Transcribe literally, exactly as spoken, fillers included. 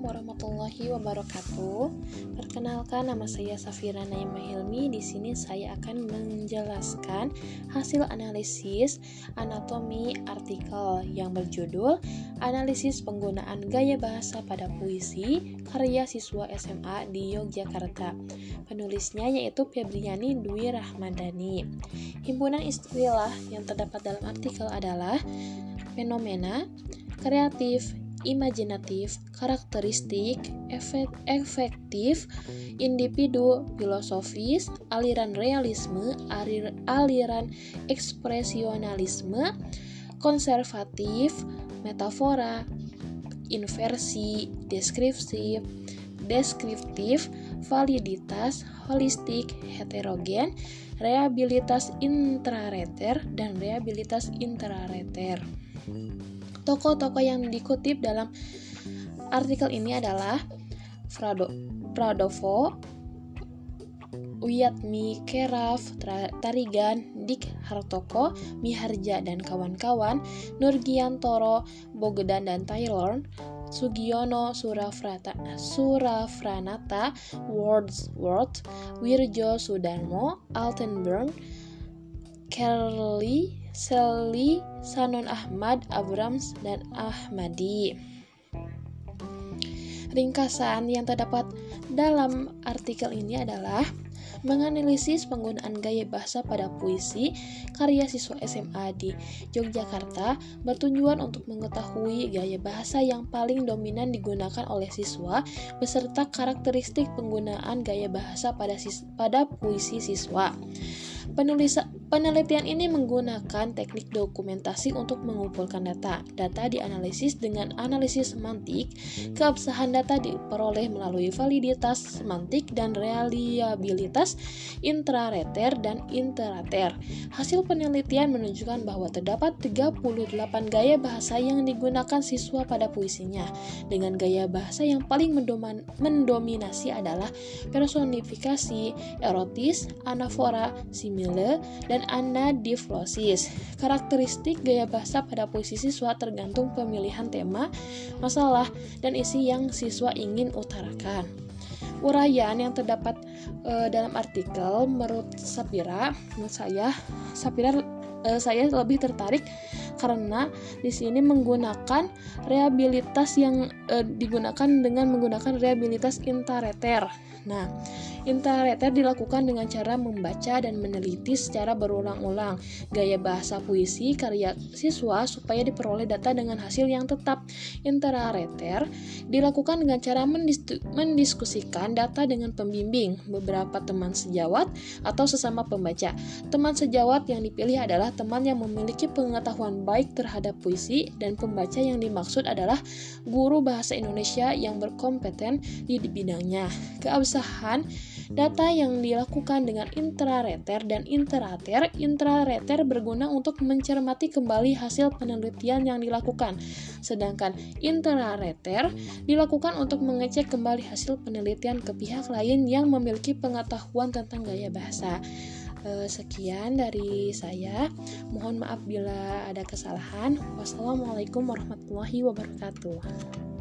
Assalamualaikum warahmatullahi wabarakatuh. Perkenalkan, nama saya Safira Naima Hilmi. Di sini saya akan menjelaskan hasil analisis anatomi artikel yang berjudul Analisis Penggunaan Gaya Bahasa pada Puisi karya siswa S M A di Yogyakarta. Penulisnya yaitu Febriani Dwi Rahmadani. Himpunan istilah yang terdapat dalam artikel adalah fenomena, kreatif, imajinatif, karakteristik, efek, efektif, individu, filosofis, aliran realisme, alir, aliran ekspresionalisme, konservatif, metafora, inversi, deskripsi, deskriptif, validitas, holistik, heterogen, reabilitas intrareter, dan reabilitas intrareter. Tokoh-tokoh yang dikutip dalam artikel ini adalah Frado, Pradovo, Uyatmi, Keraf, Tarigan, Dik Hartoko, Miharja dan kawan-kawan, Nurgiantoro, Bogdan dan Taylor, Sugiono, Surafrata, Surafranata, Wordsworth, Wirjo Sudarmo, Altenburg, Kerli, Sally, Sanon Ahmad, Abrams, dan Ahmadi. Ringkasan yang terdapat dalam artikel ini adalah menganalisis penggunaan gaya bahasa pada puisi karya siswa S M A di Yogyakarta bertujuan untuk mengetahui gaya bahasa yang paling dominan digunakan oleh siswa beserta karakteristik penggunaan gaya bahasa pada sis- pada puisi siswa. Penulis, penelitian ini menggunakan teknik dokumentasi untuk mengumpulkan data. Data dianalisis dengan analisis semantik. Keabsahan data diperoleh melalui validitas semantik dan reliabilitas intrareter dan intrater. Hasil penelitian menunjukkan bahwa terdapat tiga puluh delapan gaya bahasa yang digunakan siswa pada puisinya. Dengan gaya bahasa yang paling mendoman, mendominasi adalah personifikasi, erotis, anafora, simile, dan anadiflosis. Karakteristik gaya bahasa pada puisi siswa tergantung pemilihan tema, masalah, dan isi yang siswa ingin utarakan. Uraian yang terdapat e, dalam artikel menurut Sapira, menurut saya, Sapira e, saya lebih tertarik karena di sini menggunakan reabilitas yang e, digunakan dengan menggunakan reabilitas intrareter. Nah, intrareter dilakukan dengan cara membaca dan meneliti secara berulang-ulang gaya bahasa puisi karya siswa supaya diperoleh data dengan hasil yang tetap. Intrareter dilakukan dengan cara mendis- mendiskusikan data dengan pembimbing, beberapa teman sejawat, atau sesama pembaca. Teman sejawat yang dipilih adalah teman yang memiliki pengetahuan baik terhadap puisi, dan pembaca yang dimaksud adalah guru bahasa Indonesia yang berkompeten di bidangnya. Keabsahan data yang dilakukan dengan intrareter dan intrater. Intrareter berguna untuk mencermati kembali hasil penelitian yang dilakukan, sedangkan intrareter dilakukan untuk mengecek kembali hasil penelitian ke pihak lain yang memiliki pengetahuan tentang gaya bahasa. E, sekian dari saya. Mohon maaf bila ada kesalahan. Wassalamualaikum warahmatullahi wabarakatuh.